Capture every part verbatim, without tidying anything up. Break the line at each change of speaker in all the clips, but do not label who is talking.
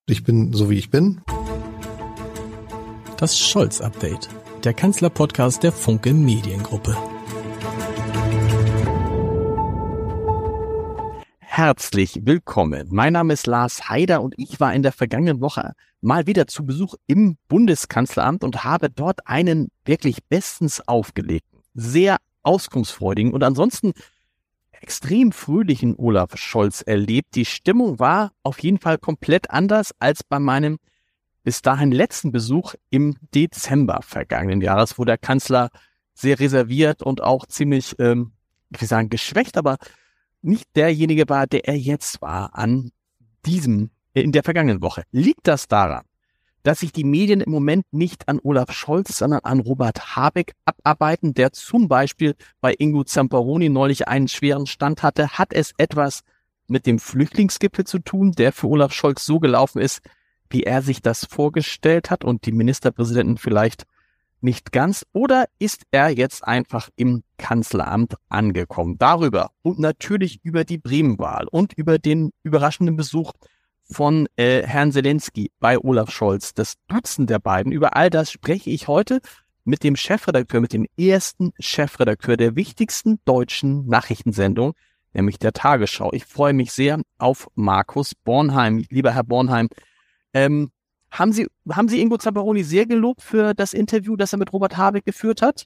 Ich bin so, wie ich bin.
Das Scholz-Update, der Kanzler-Podcast der Funke Mediengruppe. Herzlich willkommen. Mein Name ist Lars Haider und ich war in der vergangenen Woche mal wieder zu Besuch im Bundeskanzleramt und habe dort einen wirklich bestens aufgelegten, sehr auskunftsfreudigen und ansonsten extrem fröhlichen Olaf Scholz erlebt. Die Stimmung war auf jeden Fall komplett anders als bei meinem bis dahin letzten Besuch im Dezember vergangenen Jahres, wo der Kanzler sehr reserviert und auch ziemlich, ähm, ich will sagen, geschwächt, aber nicht derjenige war, der er jetzt war an diesem, in der vergangenen Woche. Liegt das daran, dass sich die Medien im Moment nicht an Olaf Scholz, sondern an Robert Habeck abarbeiten, der zum Beispiel bei Ingo Zamperoni neulich einen schweren Stand hatte? Hat es etwas mit dem Flüchtlingsgipfel zu tun, der für Olaf Scholz so gelaufen ist, wie er sich das vorgestellt hat und die Ministerpräsidenten vielleicht nicht ganz? Oder ist er jetzt einfach im Kanzleramt angekommen? Darüber und natürlich über die Bremen-Wahl und über den überraschenden Besuch von äh, Herrn Zelensky bei Olaf Scholz, das Duzen der beiden. Über all das spreche ich heute mit dem Chefredakteur, mit dem ersten Chefredakteur der wichtigsten deutschen Nachrichtensendung, nämlich der Tagesschau. Ich freue mich sehr auf Markus Bornheim. Lieber Herr Bornheim, ähm, haben Sie, haben Sie Ingo Zamperoni sehr gelobt für das Interview, das er mit Robert Habeck geführt hat?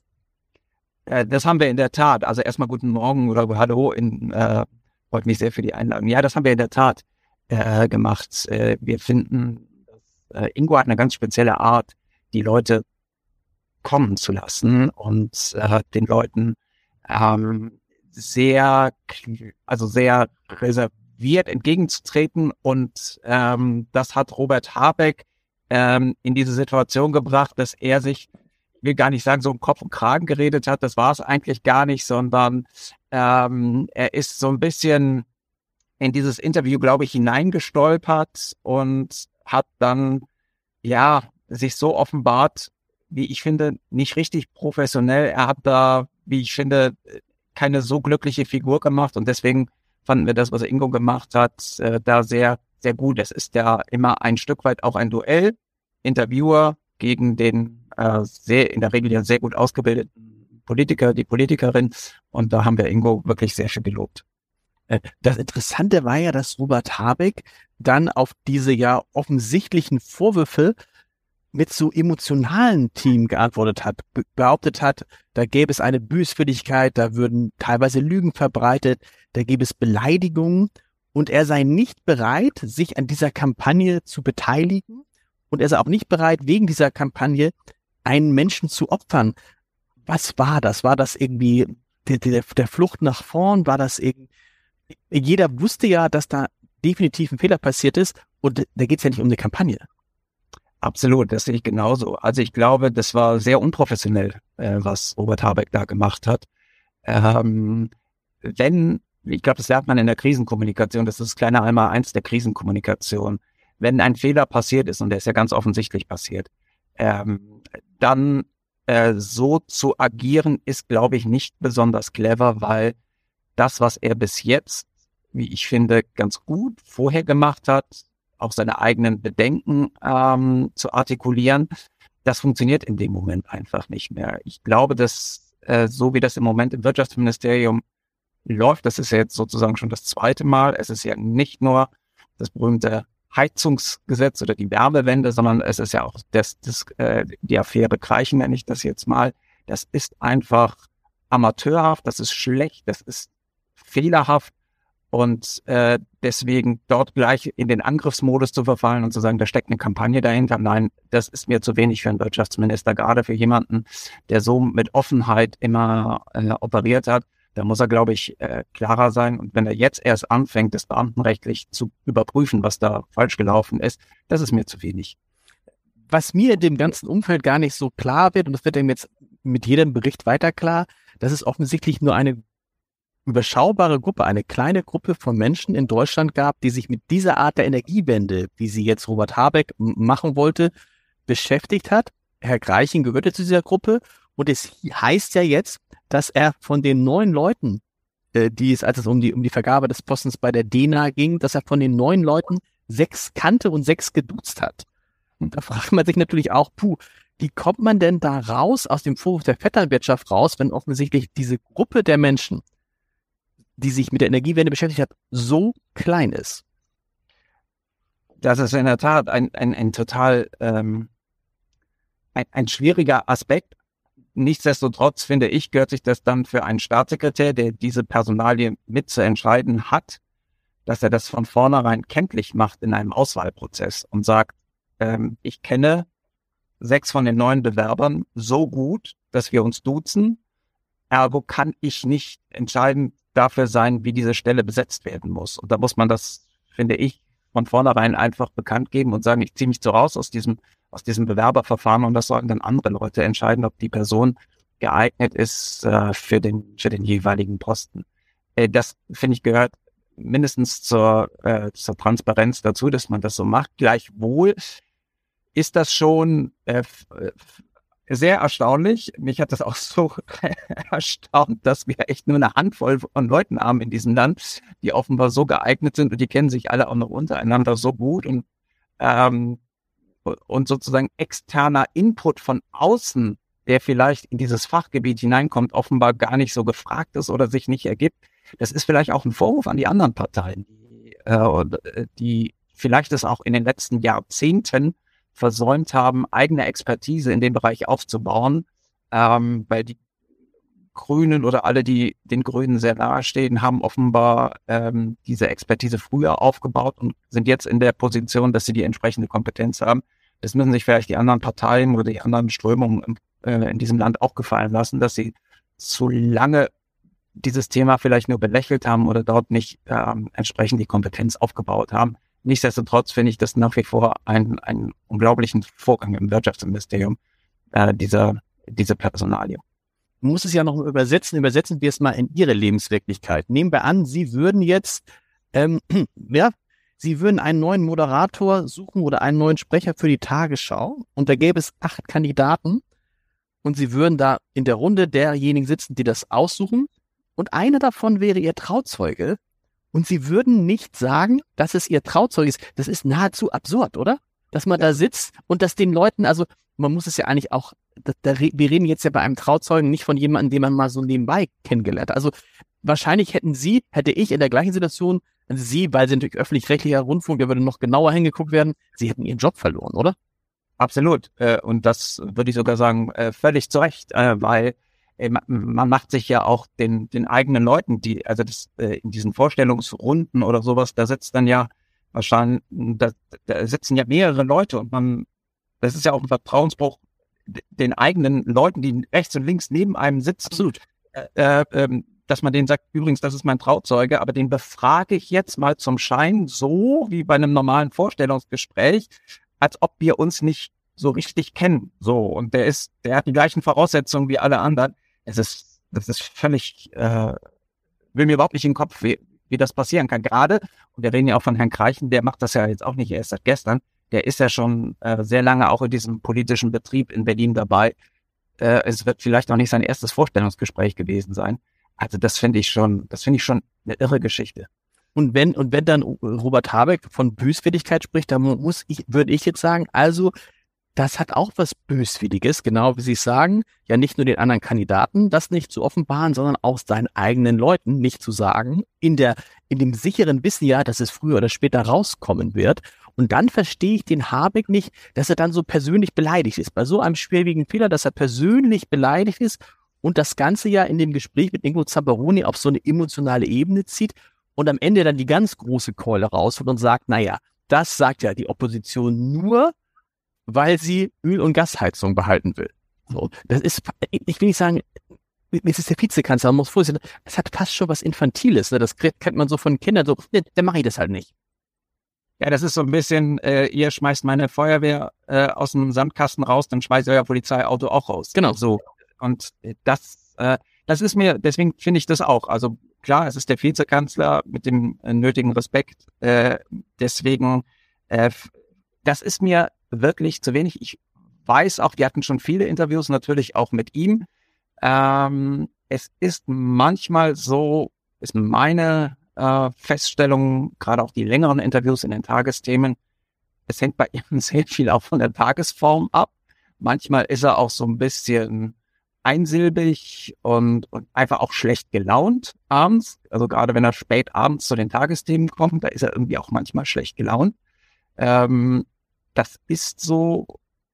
Äh, das haben wir in der Tat. Also erstmal guten Morgen oder hallo. In, äh, freut mich sehr für die Einladung. Ja, das haben wir in der Tat äh, gemacht. Äh, wir finden, dass, äh, Ingo hat eine ganz spezielle Art, die Leute kommen zu lassen und äh, den Leuten ähm, sehr, also sehr reserviert entgegenzutreten. Und ähm, das hat Robert Habeck ähm, in diese Situation gebracht, dass er sich, ich will gar nicht sagen, so um Kopf und Kragen geredet hat. Das war es eigentlich gar nicht, sondern ähm, er ist so ein bisschen in dieses Interview, glaube ich, hineingestolpert und hat dann, ja, sich so offenbart, wie ich finde, nicht richtig professionell. Er hat da, wie ich finde, keine so glückliche Figur gemacht und deswegen fanden wir das, was Ingo gemacht hat, äh, da sehr, sehr gut. Es ist ja immer ein Stück weit auch ein Duell. Interviewer gegen den äh, sehr, in der Regel ja sehr gut ausgebildeten Politiker, die Politikerin. Und da haben wir Ingo wirklich sehr schön gelobt.
Das Interessante war ja, dass Robert Habeck dann auf diese ja offensichtlichen Vorwürfe mit so emotionalen Themen geantwortet hat, be- behauptet hat, da gäbe es eine Böswilligkeit, da würden teilweise Lügen verbreitet, da gäbe es Beleidigungen und er sei nicht bereit, sich an dieser Kampagne zu beteiligen und er sei auch nicht bereit, wegen dieser Kampagne einen Menschen zu opfern. Was war das? War das irgendwie der, der, der Flucht nach vorn? War das irgendwie Jeder wusste ja, dass da definitiv ein Fehler passiert ist und da geht es ja nicht um eine Kampagne.
Absolut, das sehe ich genauso. Also ich glaube, das war sehr unprofessionell, äh, was Robert Habeck da gemacht hat. Ähm, wenn, ich glaube, das lernt man in der Krisenkommunikation, das ist das kleine Einmal eins der Krisenkommunikation. Wenn ein Fehler passiert ist, und der ist ja ganz offensichtlich passiert, ähm, dann äh, so zu agieren, ist, glaube ich, nicht besonders clever, weil das, was er bis jetzt, wie ich finde, ganz gut vorher gemacht hat, auch seine eigenen Bedenken ähm, zu artikulieren, das funktioniert in dem Moment einfach nicht mehr. Ich glaube, dass äh, so wie das im Moment im Wirtschaftsministerium läuft, das ist ja jetzt sozusagen schon das zweite Mal, es ist ja nicht nur das berühmte Heizungsgesetz oder die Wärmewende, sondern es ist ja auch das, das, äh, die Affäre Kreichen, nenne ich das jetzt mal. Das ist einfach amateurhaft, das ist schlecht, das ist fehlerhaft und äh, deswegen dort gleich in den Angriffsmodus zu verfallen und zu sagen, da steckt eine Kampagne dahinter. Nein, das ist mir zu wenig für einen Wirtschaftsminister, gerade für jemanden, der so mit Offenheit immer äh, operiert hat. Da muss er, glaube ich, äh, klarer sein. Und wenn er jetzt erst anfängt, das beamtenrechtlich zu überprüfen, was da falsch gelaufen ist, das ist mir zu wenig.
Was mir in dem ganzen Umfeld gar nicht so klar wird, und das wird ihm jetzt mit jedem Bericht weiter klar, dass es offensichtlich nur eine überschaubare Gruppe, eine kleine Gruppe von Menschen in Deutschland gab, die sich mit dieser Art der Energiewende, wie sie jetzt Robert Habeck m- machen wollte, beschäftigt hat. Herr Greichen gehörte zu dieser Gruppe und es heißt ja jetzt, dass er von den neun Leuten, äh, die es, als es um die, um die Vergabe des Postens bei der D E N A ging, dass er von den neun Leuten sechs kannte und sechs geduzt hat. Und da fragt man sich natürlich auch, puh, wie kommt man denn da raus, aus dem Vorwurf der Vetternwirtschaft raus, wenn offensichtlich diese Gruppe der Menschen, die sich mit der Energiewende beschäftigt hat, so klein ist?
Das ist in der Tat ein, ein, ein total ähm, ein, ein schwieriger Aspekt. Nichtsdestotrotz, finde ich, gehört sich das dann für einen Staatssekretär, der diese Personalie mitzuentscheiden hat, dass er das von vornherein kenntlich macht in einem Auswahlprozess und sagt, ähm, ich kenne sechs von den neun Bewerbern so gut, dass wir uns duzen, ergo kann ich nicht entscheidend dafür sein, wie diese Stelle besetzt werden muss. Und da muss man das, finde ich, von vornherein einfach bekannt geben und sagen, ich ziehe mich so raus aus diesem aus diesem Bewerberverfahren, und das sollen dann andere Leute entscheiden, ob die Person geeignet ist äh, für den für den jeweiligen Posten. Äh, das, finde ich, gehört mindestens zur äh, zur Transparenz dazu, dass man das so macht. Gleichwohl ist das schon äh, sehr erstaunlich. Mich hat das auch so erstaunt, dass wir echt nur eine Handvoll von Leuten haben in diesem Land, die offenbar so geeignet sind, und die kennen sich alle auch noch untereinander so gut, und ähm, und sozusagen externer Input von außen, der vielleicht in dieses Fachgebiet hineinkommt, offenbar gar nicht so gefragt ist oder sich nicht ergibt. Das ist vielleicht auch ein Vorwurf an die anderen Parteien, die, äh, die vielleicht es auch in den letzten Jahrzehnten versäumt haben, eigene Expertise in dem Bereich aufzubauen, ähm, weil die Grünen oder alle, die den Grünen sehr nahe stehen, haben offenbar ähm, diese Expertise früher aufgebaut und sind jetzt in der Position, dass sie die entsprechende Kompetenz haben. Das müssen sich vielleicht die anderen Parteien oder die anderen Strömungen äh, in diesem Land auch gefallen lassen, dass sie zu lange dieses Thema vielleicht nur belächelt haben oder dort nicht ähm, entsprechend die Kompetenz aufgebaut haben. Nichtsdestotrotz finde ich das nach wie vor einen, einen unglaublichen Vorgang im Wirtschaftsministerium, äh, dieser, diese Personalie.
Du musst es ja noch übersetzen. Übersetzen wir es mal in Ihre Lebenswirklichkeit. Nehmen wir an, Sie würden jetzt, ähm, ja, Sie würden einen neuen Moderator suchen oder einen neuen Sprecher für die Tagesschau, und da gäbe es acht Kandidaten, und Sie würden da in der Runde derjenigen sitzen, die das aussuchen, und einer davon wäre Ihr Trauzeuge, und Sie würden nicht sagen, dass es Ihr Trauzeuge ist. Das ist nahezu absurd, oder? Dass man da sitzt und dass den Leuten, also man muss es ja eigentlich auch, da, da, wir reden jetzt ja bei einem Trauzeugen nicht von jemandem, den man mal so nebenbei kennengelernt hat. Also wahrscheinlich hätten Sie, hätte ich in der gleichen Situation, also Sie, weil Sie natürlich öffentlich-rechtlicher Rundfunk, da würde noch genauer hingeguckt werden, Sie hätten Ihren Job verloren, oder?
Absolut. Und das würde ich sogar sagen, völlig zu Recht, weil man macht sich ja auch den, den eigenen Leuten, die, also das, in diesen Vorstellungsrunden oder sowas, da sitzt dann ja wahrscheinlich, da, da sitzen ja mehrere Leute, und man, das ist ja auch ein Vertrauensbruch den eigenen Leuten, die rechts und links neben einem sitzen.
Absolut.
Äh, äh, dass man denen sagt, übrigens, das ist mein Trauzeuge, aber den befrage ich jetzt mal zum Schein so wie bei einem normalen Vorstellungsgespräch, als ob wir uns nicht so richtig kennen. So, und der ist, der hat die gleichen Voraussetzungen wie alle anderen. Es ist, das ist völlig, äh, will mir überhaupt nicht in den Kopf, wie, wie das passieren kann. Gerade, und wir reden ja auch von Herrn Kreichen, der macht das ja jetzt auch nicht erst seit gestern, der ist ja schon äh, sehr lange auch in diesem politischen Betrieb in Berlin dabei. Äh, es wird vielleicht auch nicht sein erstes Vorstellungsgespräch gewesen sein. Also das finde ich schon, das finde ich schon eine irre Geschichte.
Und wenn, und wenn dann Robert Habeck von Böswilligkeit spricht, dann muss ich, würde ich jetzt sagen, also das hat auch was Böswilliges, genau wie Sie es sagen, ja nicht nur den anderen Kandidaten das nicht zu offenbaren, sondern auch seinen eigenen Leuten nicht zu sagen, in der, in dem sicheren Wissen ja, dass es früher oder später rauskommen wird. Und dann verstehe ich den Habeck nicht, dass er dann so persönlich beleidigt ist. Bei so einem schwerwiegenden Fehler, dass er persönlich beleidigt ist und das Ganze ja in dem Gespräch mit Ingo Zamperoni auf so eine emotionale Ebene zieht und am Ende dann die ganz große Keule rausholt und sagt, naja, das sagt ja die Opposition nur, weil sie Öl- und Gasheizung behalten will. So, das ist, ich will nicht sagen, es ist der Vizekanzler, man muss vorsichtig sein, es hat fast schon was Infantiles, ne? Das kennt man so von Kindern, so, ne, dann mache ich das halt nicht.
Ja, das ist so ein bisschen, äh, ihr schmeißt meine Feuerwehr äh, aus dem Sandkasten raus, dann schmeißt ihr euer Polizeiauto auch raus.
Genau.
So. Und das, äh, das ist mir, deswegen finde ich das auch. Also klar, es ist der Vizekanzler mit dem äh, nötigen Respekt. Äh, deswegen, äh, das ist mir wirklich zu wenig. Ich weiß auch, wir hatten schon viele Interviews, natürlich auch mit ihm. Ähm, es ist manchmal so, ist meine äh, Feststellung, gerade auch die längeren Interviews in den Tagesthemen. Es hängt bei ihm sehr viel auch von der Tagesform ab. Manchmal ist er auch so ein bisschen einsilbig und, und einfach auch schlecht gelaunt abends. Also gerade wenn er spät abends zu den Tagesthemen kommt, da ist er irgendwie auch manchmal schlecht gelaunt. Ähm, das ist so,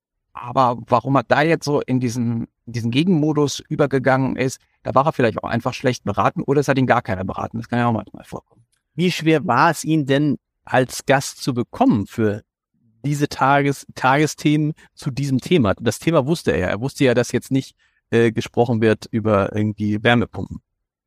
aber warum er da jetzt so in diesen, in diesen Gegenmodus übergegangen ist, da war er vielleicht auch einfach schlecht beraten oder es hat ihn gar keiner beraten. Das kann ja auch manchmal vorkommen.
Wie schwer war es ihn denn als Gast zu bekommen für diese Tages Tagesthemen zu diesem Thema? Das Thema wusste er. Er wusste ja, dass jetzt nicht äh, gesprochen wird über irgendwie Wärmepumpen.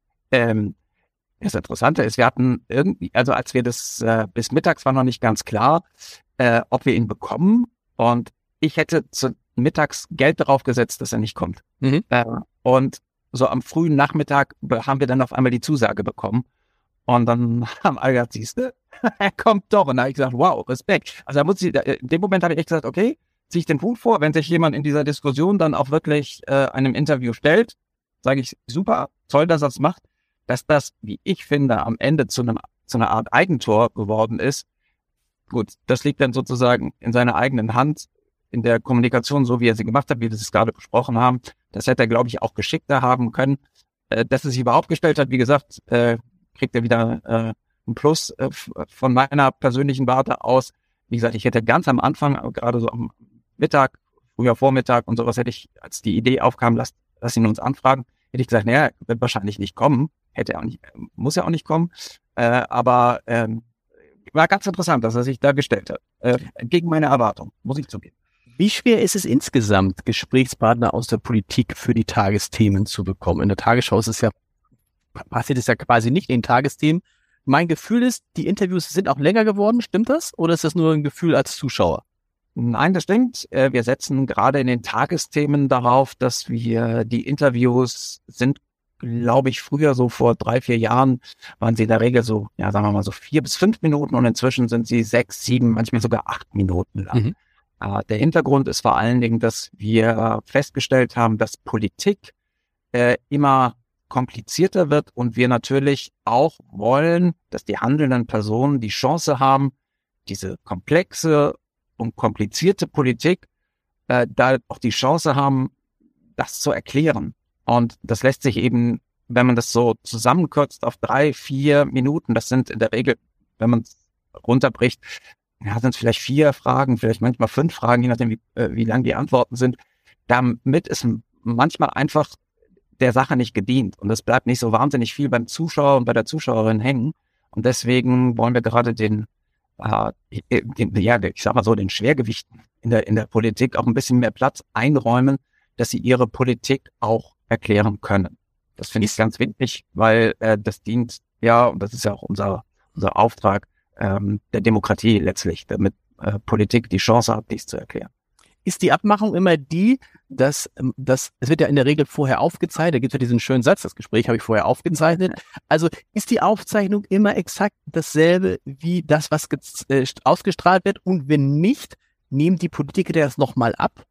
Ähm, das Interessante ist, wir hatten irgendwie, also als wir das äh, bis mittags war noch nicht ganz klar, äh, ob wir ihn bekommen. Und ich hätte zu mittags Geld darauf gesetzt, dass er nicht kommt. Mhm. Äh, und so am frühen Nachmittag haben wir dann auf einmal die Zusage bekommen. Und dann haben alle gesagt, siehste, er kommt doch. Und da habe ich gesagt, wow, Respekt. Also da muss ich, in dem Moment habe ich echt gesagt, okay, ziehe ich den Hut vor, wenn sich jemand in dieser Diskussion dann auch wirklich äh, einem Interview stellt, sage ich, super, toll, dass er es macht, dass das, wie ich finde, am Ende zu einem zu einer Art Eigentor geworden ist. Gut, das liegt dann sozusagen in seiner eigenen Hand, in der Kommunikation, so wie er sie gemacht hat, wie wir es gerade besprochen haben. Das hätte er, glaube ich, auch geschickter haben können. Äh, dass er sich überhaupt gestellt hat, wie gesagt, äh, kriegt er wieder äh, ein Plus äh, von meiner persönlichen Warte aus. Wie gesagt, ich hätte ganz am Anfang, gerade so am Mittag, früher Vormittag und sowas, hätte ich, als die Idee aufkam, lass, lass ihn uns anfragen, hätte ich gesagt, naja, er wird wahrscheinlich nicht kommen. Hätte er auch nicht, muss er auch nicht kommen. Äh, aber ähm, war ganz interessant, dass er sich da gestellt hat. Äh, gegen meine Erwartung, muss ich zugeben.
Wie schwer ist es insgesamt, Gesprächspartner aus der Politik für die Tagesthemen zu bekommen? In der Tagesschau ist es ja, passiert es ja quasi nicht in den Tagesthemen. Mein Gefühl ist, die Interviews sind auch länger geworden. Stimmt das? Oder ist das nur ein Gefühl als Zuschauer?
Nein, das stimmt. Wir setzen gerade in den Tagesthemen darauf, dass wir die Interviews sind, glaube ich, früher so vor drei, vier Jahren waren sie in der Regel so, ja, sagen wir mal so vier bis fünf Minuten und inzwischen sind sie sechs, sieben, manchmal sogar acht Minuten lang. Mhm. Uh, der Hintergrund ist vor allen Dingen, dass wir festgestellt haben, dass Politik äh, immer komplizierter wird und wir natürlich auch wollen, dass die handelnden Personen die Chance haben, diese komplexe und komplizierte Politik äh, da auch die Chance haben, das zu erklären. Und das lässt sich eben, wenn man das so zusammenkürzt auf drei, vier Minuten, das sind in der Regel, wenn man es runterbricht, ja, sind es vielleicht vier Fragen, vielleicht manchmal fünf Fragen, je nachdem, wie, äh, wie lang die Antworten sind. Damit ist manchmal einfach der Sache nicht gedient. Und es bleibt nicht so wahnsinnig viel beim Zuschauer und bei der Zuschauerin hängen. Und deswegen wollen wir gerade den, äh, den ja, ich sag mal so, den Schwergewichten in der, in der Politik auch ein bisschen mehr Platz einräumen, dass sie ihre Politik auch erklären können. Das finde ich ganz wichtig, weil äh, das dient, ja, und das ist ja auch unser, unser Auftrag, der Demokratie letztlich, damit äh, Politik die Chance hat, dies zu erklären.
Ist die Abmachung immer die, dass, dass es wird ja in der Regel vorher aufgezeichnet, da gibt es ja diesen schönen Satz, das Gespräch habe ich vorher aufgezeichnet, also ist die Aufzeichnung immer exakt dasselbe wie das, was äh, ausgestrahlt wird und wenn nicht, nehmen die Politiker das nochmal ab?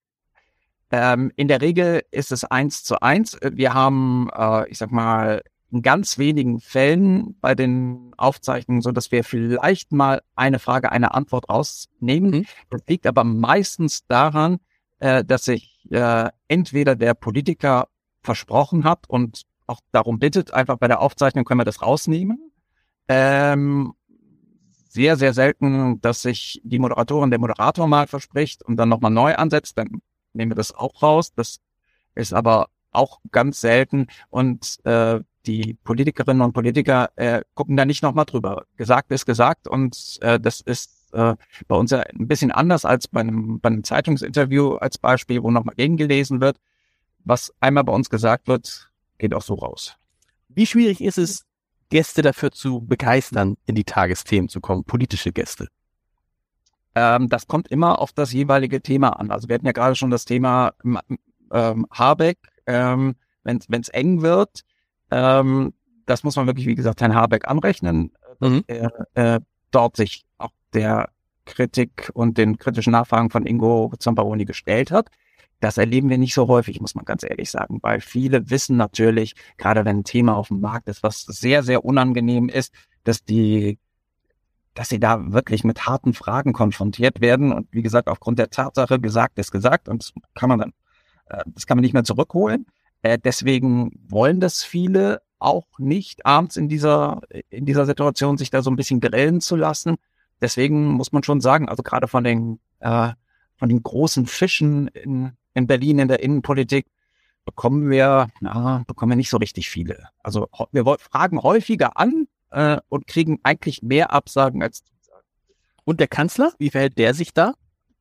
Ähm, in der Regel ist es eins zu eins. Wir haben, äh, ich sag mal, in ganz wenigen Fällen bei den Aufzeichnungen so, dass wir vielleicht mal eine Frage, eine Antwort rausnehmen. Mhm. Das liegt aber meistens daran, äh, dass sich äh, entweder der Politiker versprochen hat und auch darum bittet, einfach bei der Aufzeichnung können wir das rausnehmen. Ähm, sehr, sehr selten, dass sich die Moderatorin, der Moderator mal verspricht und dann nochmal neu ansetzt, dann nehmen wir das auch raus. Das ist aber auch ganz selten und äh, die Politikerinnen und Politiker äh, gucken da nicht nochmal drüber. Gesagt ist gesagt und äh, das ist äh, bei uns ja ein bisschen anders als bei einem, bei einem Zeitungsinterview als Beispiel, wo nochmal gegengelesen wird. Was einmal bei uns gesagt wird, geht auch so raus.
Wie schwierig ist es, Gäste dafür zu begeistern, in die Tagesthemen zu kommen, politische Gäste?
Ähm, das kommt immer auf das jeweilige Thema an. Also wir hatten ja gerade schon das Thema ähm, Habeck, ähm, wenn es eng wird. Ähm, das muss man wirklich, wie gesagt, Herrn Habeck anrechnen, mhm. dass er äh, dort sich auch der Kritik und den kritischen Nachfragen von Ingo Zamperoni gestellt hat. das erleben wir nicht so häufig, muss man ganz ehrlich sagen, weil viele wissen natürlich, gerade wenn ein Thema auf dem Markt ist, was sehr, sehr unangenehm ist, dass die, dass sie da wirklich mit harten Fragen konfrontiert werden. Und wie gesagt, aufgrund der Tatsache, gesagt ist gesagt, und das kann man dann, äh, das kann man nicht mehr zurückholen. Äh, deswegen wollen das viele auch nicht abends in dieser, in dieser Situation sich da so ein bisschen grillen zu lassen. Deswegen muss man schon sagen, also gerade von den, äh, von den großen Fischen in, in Berlin in der Innenpolitik bekommen wir, na, bekommen wir nicht so richtig viele. Also wir fragen häufiger an äh, und kriegen eigentlich mehr Absagen als Zusagen.
Und der Kanzler, wie verhält der sich da?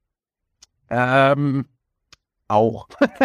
Ähm, auch.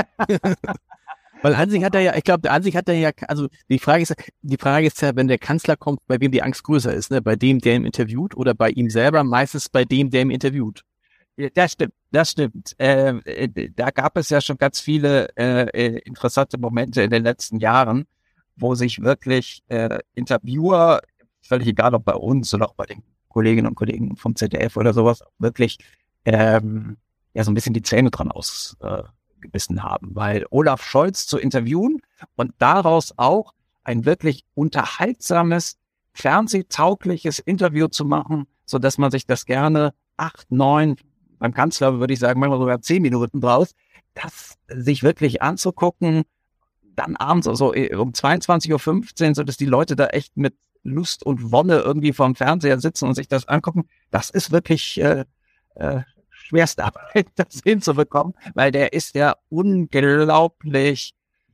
Weil an sich hat er ja, ich glaube, an sich hat er ja, also die Frage ist, die Frage ist ja, wenn der Kanzler kommt, bei wem die Angst größer ist, ne? Bei dem, der ihn interviewt, oder bei ihm selber, meistens bei dem, der ihn interviewt.
Ja, das stimmt, das stimmt. Äh, äh, da gab es ja schon ganz viele äh, interessante Momente in den letzten Jahren, wo sich wirklich äh, Interviewer, völlig egal ob bei uns oder auch bei den Kolleginnen und Kollegen vom Z D F oder sowas, wirklich ähm, ja so ein bisschen die Zähne dran ausgebissen äh, haben, weil Olaf Scholz zu interviewen und daraus auch ein wirklich unterhaltsames, fernsehtaugliches Interview zu machen, so dass man sich das gerne acht, neun, beim Kanzler würde ich sagen, manchmal sogar zehn Minuten draus, das sich wirklich anzugucken, dann abends so um zweiundzwanzig Uhr fünfzehn, so dass die Leute da echt mit Lust und Wonne irgendwie vorm Fernseher sitzen und sich das angucken, das ist wirklich äh, äh, schwerste Arbeit, das hinzubekommen, weil der ist ja unglaublich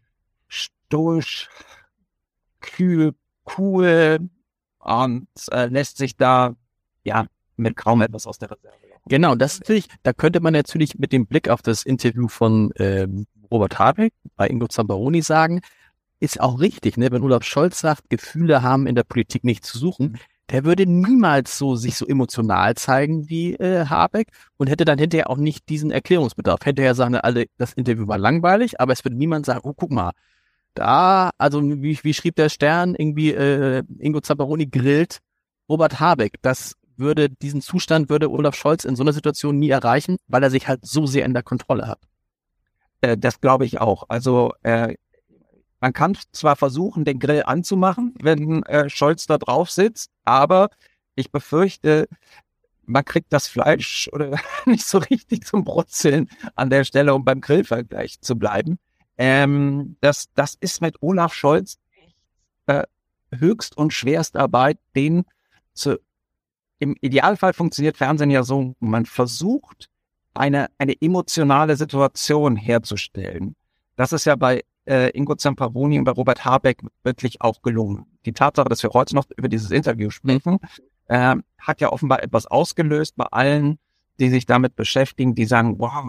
stoisch, kühl, cool und äh, lässt sich da ja mit kaum etwas aus der Reserve.
Genau, das natürlich, da könnte man natürlich mit dem Blick auf das Interview von ähm, Robert Habeck bei Ingo Zamperoni sagen, ist auch richtig, ne? Wenn Olaf Scholz sagt, Gefühle haben in der Politik nichts zu suchen, der würde niemals so sich so emotional zeigen wie äh, Habeck und hätte dann hinterher auch nicht diesen Erklärungsbedarf. Hätte er sagen, alle, das Interview war langweilig, aber es würde niemand sagen, oh, guck mal, da, also wie, wie schrieb der Stern, irgendwie äh, Ingo Zamperoni grillt Robert Habeck. Das würde, diesen Zustand würde Olaf Scholz in so einer Situation nie erreichen, weil er sich halt so sehr in der Kontrolle hat.
Äh, das glaube ich auch. Also äh, man kann zwar versuchen, den Grill anzumachen, wenn äh, Scholz da drauf sitzt, aber ich befürchte, man kriegt das Fleisch oder nicht so richtig zum Brutzeln an der Stelle, um beim Grillvergleich zu bleiben. Ähm, das, das ist mit Olaf Scholz äh, Höchst- und Schwerstarbeit, den zu im Idealfall funktioniert Fernsehen ja so, man versucht, eine, eine emotionale Situation herzustellen. Das ist ja bei äh, Ingo Zamperoni und bei Robert Habeck wirklich auch gelungen. Die Tatsache, dass wir heute noch über dieses Interview sprechen, äh, hat ja offenbar etwas ausgelöst bei allen, die sich damit beschäftigen, die sagen, wow,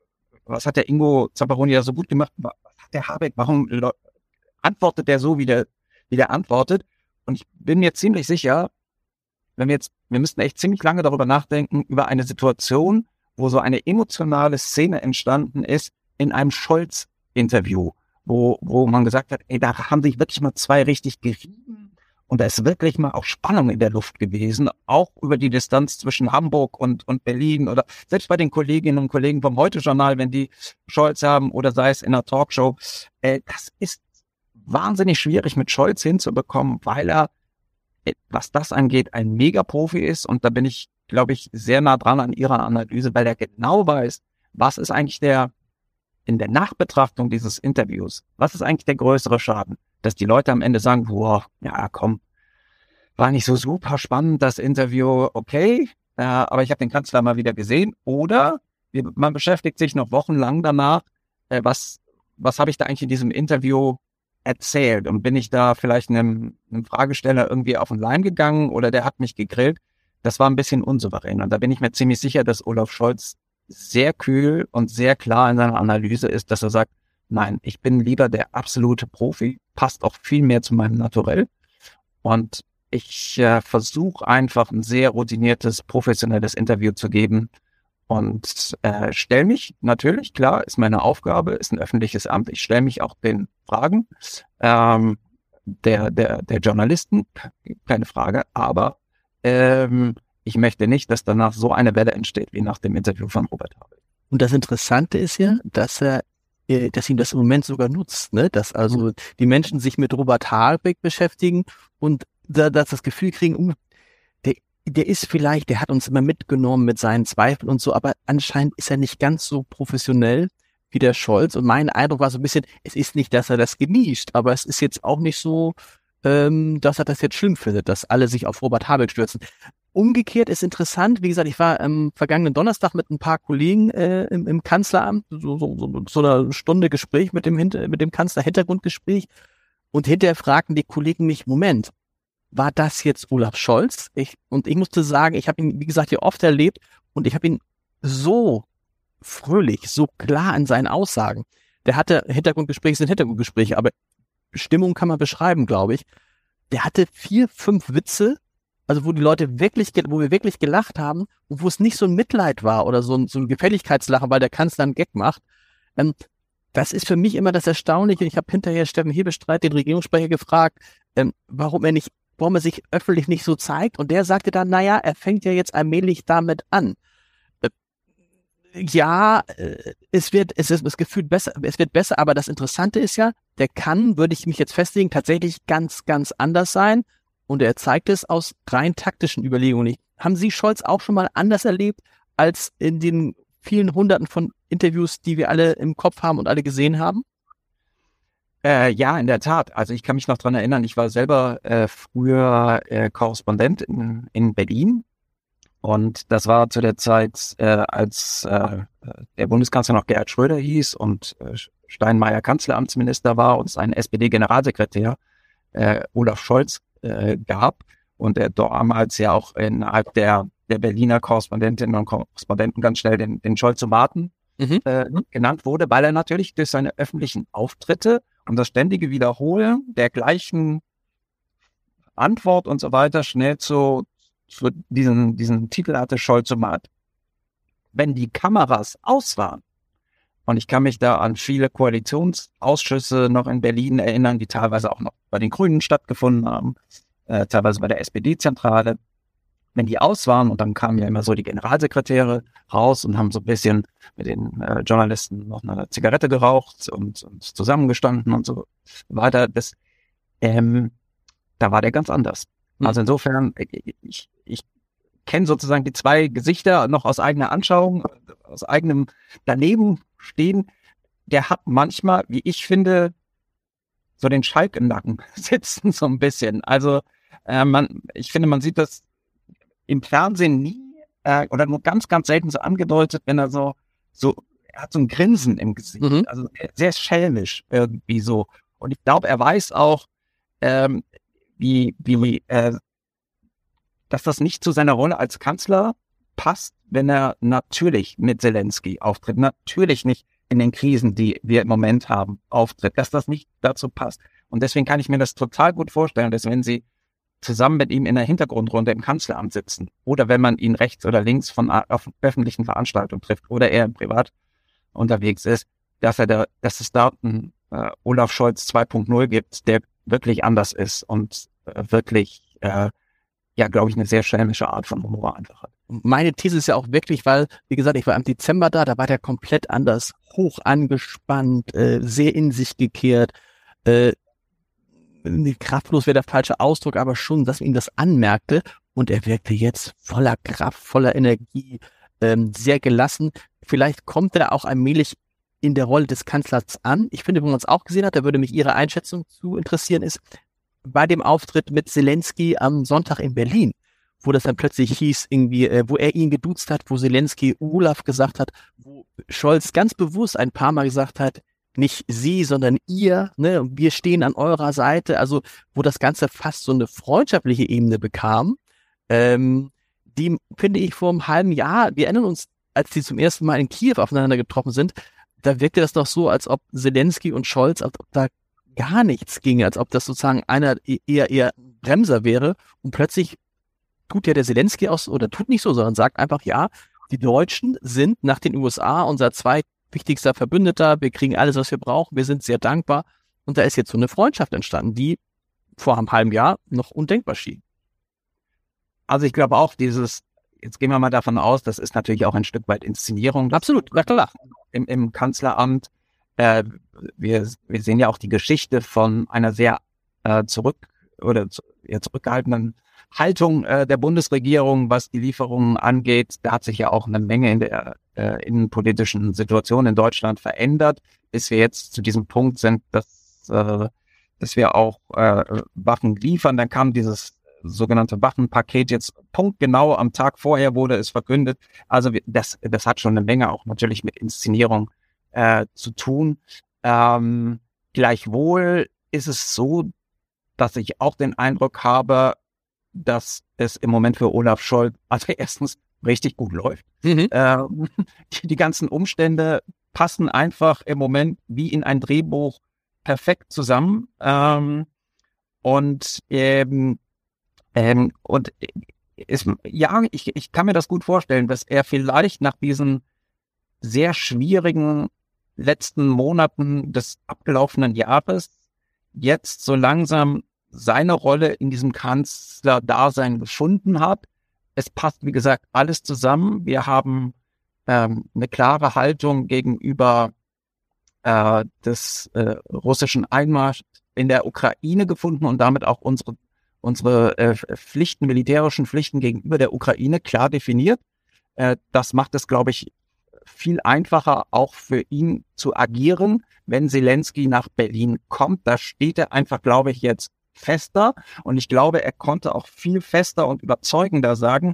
was hat der Ingo Zamperoni da so gut gemacht? Was hat der Habeck? Warum le- antwortet der so, wie der, wie der antwortet? Und ich bin mir ziemlich sicher, wenn wir jetzt, wir müssten echt ziemlich lange darüber nachdenken, über eine Situation, wo so eine emotionale Szene entstanden ist in einem Scholz-Interview, wo, wo man gesagt hat, ey, da haben sich wirklich mal zwei richtig gerieben und da ist wirklich mal auch Spannung in der Luft gewesen, auch über die Distanz zwischen Hamburg und, und Berlin oder selbst bei den Kolleginnen und Kollegen vom Heute-Journal, wenn die Scholz haben oder sei es in einer Talkshow. Äh, das ist wahnsinnig schwierig mit Scholz hinzubekommen, weil er, was das angeht, ein Mega-Profi ist. Und da bin ich, glaube ich, sehr nah dran an Ihrer Analyse, weil er genau weiß, was ist eigentlich der, in der Nachbetrachtung dieses Interviews, was ist eigentlich der größere Schaden? Dass die Leute am Ende sagen, boah, ja komm, war nicht so super spannend, das Interview, okay, äh, aber ich habe den Kanzler mal wieder gesehen. Oder wir, man beschäftigt sich noch wochenlang danach, äh, was, was habe ich da eigentlich in diesem Interview erzählt und bin ich da vielleicht einem, einem Fragesteller irgendwie auf den Leim gegangen oder der hat mich gegrillt. Das war ein bisschen unsouverän und da bin ich mir ziemlich sicher, dass Olaf Scholz sehr kühl und sehr klar in seiner Analyse ist, dass er sagt, nein, ich bin lieber der absolute Profi, passt auch viel mehr zu meinem Naturell und ich äh, versuche einfach ein sehr routiniertes, professionelles Interview zu geben und äh, stelle mich, natürlich, klar, ist meine Aufgabe, ist ein öffentliches Amt, ich stelle mich auch den Fragen ähm, der, der, der Journalisten, keine Frage, aber ähm, ich möchte nicht, dass danach so eine Welle entsteht, wie nach dem Interview von Robert Habeck.
Und das Interessante ist ja, dass er, äh, dass ihm das im Moment sogar nutzt, ne? Dass also die Menschen sich mit Robert Habeck beschäftigen und da, dass das Gefühl kriegen, uh, der, der ist vielleicht, der hat uns immer mitgenommen mit seinen Zweifeln und so, aber anscheinend ist er nicht ganz so professionell wie der Scholz. Und mein Eindruck war so ein bisschen, es ist nicht, dass er das genießt, aber es ist jetzt auch nicht so, ähm, dass er das jetzt schlimm findet, dass alle sich auf Robert Habeck stürzen. Umgekehrt ist interessant, wie gesagt, ich war am vergangenen Donnerstag mit ein paar Kollegen äh, im, im Kanzleramt, so, so, so, so eine Stunde Gespräch mit dem, mit dem Kanzler, Hintergrundgespräch, und hinterher fragten die Kollegen mich, Moment, war das jetzt Olaf Scholz? Ich, und ich musste sagen, ich habe ihn, wie gesagt, hier oft erlebt und ich habe ihn so fröhlich, so klar in seinen Aussagen. Der hatte, Hintergrundgespräche sind Hintergrundgespräche, aber Stimmung kann man beschreiben, glaube ich. Der hatte vier, fünf Witze, also wo die Leute wirklich, wo wir wirklich gelacht haben und wo es nicht so ein Mitleid war oder so ein, so ein Gefälligkeitslachen, weil der Kanzler einen Gag macht. Ähm, das ist für mich immer das Erstaunliche. Ich habe hinterher Steffen Hebestreit, den Regierungssprecher, gefragt, ähm, warum er nicht warum er sich öffentlich nicht so zeigt. Und der sagte dann, naja, er fängt ja jetzt allmählich damit an. Äh, ja, äh, es wird, es ist das Gefühl besser, es wird besser, aber das Interessante ist ja, der kann, würde ich mich jetzt festlegen, tatsächlich ganz, ganz anders sein. Und er zeigt es aus rein taktischen Überlegungen nicht. Haben Sie Scholz auch schon mal anders erlebt, als in den vielen Hunderten von Interviews, die wir alle im Kopf haben und alle gesehen haben?
Äh, ja, in der Tat. Also ich kann mich noch dran erinnern, ich war selber äh, früher äh, Korrespondent in, in Berlin und das war zu der Zeit, äh, als äh, der Bundeskanzler noch Gerhard Schröder hieß und äh, Steinmeier Kanzleramtsminister war und es einen S P D-Generalsekretär äh, Olaf Scholz äh, gab und der damals ja auch innerhalb der, der Berliner Korrespondentinnen und Korrespondenten ganz schnell den, den Scholzomaten mhm. äh, genannt wurde, weil er natürlich durch seine öffentlichen Auftritte und das ständige Wiederholen der gleichen Antwort und so weiter schnell zu, zu diesen, diesen Titel hatte, Scholzomat. Wenn die Kameras aus waren, und ich kann mich da an viele Koalitionsausschüsse noch in Berlin erinnern, die teilweise auch noch bei den Grünen stattgefunden haben, äh, teilweise bei der S P D-Zentrale, wenn die aus waren und dann kamen ja immer so die Generalsekretäre raus und haben so ein bisschen mit den äh, Journalisten noch eine Zigarette geraucht und, und zusammengestanden und so weiter. Das, ähm, da war der ganz anders. Mhm. Also insofern, ich, ich kenne sozusagen die zwei Gesichter noch aus eigener Anschauung, aus eigenem daneben stehen. Der hat manchmal, wie ich finde, so den Schalk im Nacken sitzen so ein bisschen. Also äh, man, ich finde, man sieht das im Fernsehen nie äh, oder nur ganz, ganz selten so angedeutet, wenn er so, so, er hat so ein Grinsen im Gesicht, mhm. also sehr schelmisch irgendwie so. Und ich glaube, er weiß auch, ähm, wie, wie, äh, dass das nicht zu seiner Rolle als Kanzler passt, wenn er natürlich mit Zelensky auftritt, natürlich nicht in den Krisen, die wir im Moment haben, auftritt, dass das nicht dazu passt. Und deswegen kann ich mir das total gut vorstellen, dass wenn sie zusammen mit ihm in der Hintergrundrunde im Kanzleramt sitzen oder wenn man ihn rechts oder links von auf öffentlichen Veranstaltungen trifft oder er privat unterwegs ist, dass er da, dass es da einen äh, Olaf Scholz zwei Punkt null gibt, der wirklich anders ist und äh, wirklich, äh, ja, glaube ich, eine sehr schelmische Art von Humor einfach hat.
Meine These ist ja auch wirklich, weil, wie gesagt, ich war im Dezember da, da war der komplett anders, hoch angespannt, äh, sehr in sich gekehrt, äh, kraftlos wäre der falsche Ausdruck, aber schon, dass man ihm das anmerkte und er wirkte jetzt voller Kraft, voller Energie, ähm, sehr gelassen. Vielleicht kommt er auch allmählich in der Rolle des Kanzlers an. Ich finde, wenn man es auch gesehen hat, da würde mich Ihre Einschätzung zu interessieren, ist bei dem Auftritt mit Zelensky am Sonntag in Berlin, wo das dann plötzlich hieß, irgendwie, äh, wo er ihn geduzt hat, wo Zelensky Olaf gesagt hat, wo Scholz ganz bewusst ein paar Mal gesagt hat, nicht Sie, sondern ihr, ne, wir stehen an eurer Seite, also wo das Ganze fast so eine freundschaftliche Ebene bekam, ähm, die finde ich vor einem halben Jahr, wir erinnern uns, als die zum ersten Mal in Kiew aufeinander getroffen sind, da wirkte das doch so, als ob Zelensky und Scholz, als ob da gar nichts ginge, als ob das sozusagen einer eher eher Bremser wäre und plötzlich tut ja der Zelensky aus, oder tut nicht so, sondern sagt einfach, ja, die Deutschen sind nach den U S A unser zweit wichtigster Verbündeter, wir kriegen alles, was wir brauchen, wir sind sehr dankbar. Und da ist jetzt so eine Freundschaft entstanden, die vor einem halben Jahr noch undenkbar schien.
Also ich glaube auch, dieses, jetzt gehen wir mal davon aus, das ist natürlich auch ein Stück weit Inszenierung.
Absolut, na klar.
Im, im Kanzleramt. Äh, wir, wir sehen ja auch die Geschichte von einer sehr äh, zurück oder zu, ja, zurückgehaltenen Haltung äh, der Bundesregierung, was die Lieferungen angeht. Da hat sich ja auch eine Menge in der äh, innenpolitischen Situation in Deutschland verändert, bis wir jetzt zu diesem Punkt sind, dass, äh, dass wir auch äh, Waffen liefern. Dann kam dieses sogenannte Waffenpaket jetzt punktgenau am Tag vorher wurde es verkündet. Also das, das hat schon eine Menge auch natürlich mit Inszenierung äh, zu tun. Ähm, gleichwohl ist es so, dass ich auch den Eindruck habe, dass es im Moment für Olaf Scholz also erstens richtig gut läuft. Mhm. Äh, die, die ganzen Umstände passen einfach im Moment wie in ein Drehbuch perfekt zusammen. Ähm, und ähm, ähm, und ist, ja, ich, ich kann mir das gut vorstellen, dass er vielleicht nach diesen sehr schwierigen letzten Monaten des abgelaufenen Jahres jetzt so langsam seine Rolle in diesem Kanzlerdasein gefunden hat. Es passt, wie gesagt, alles zusammen. Wir haben ähm, eine klare Haltung gegenüber äh, des äh, russischen Einmarschs in der Ukraine gefunden und damit auch unsere unsere äh, Pflichten, militärischen Pflichten gegenüber der Ukraine klar definiert. Äh, das macht es, glaube ich, viel einfacher auch für ihn zu agieren, wenn Zelensky nach Berlin kommt. Da steht er einfach, glaube ich, jetzt fester. Und ich glaube, er konnte auch viel fester und überzeugender sagen,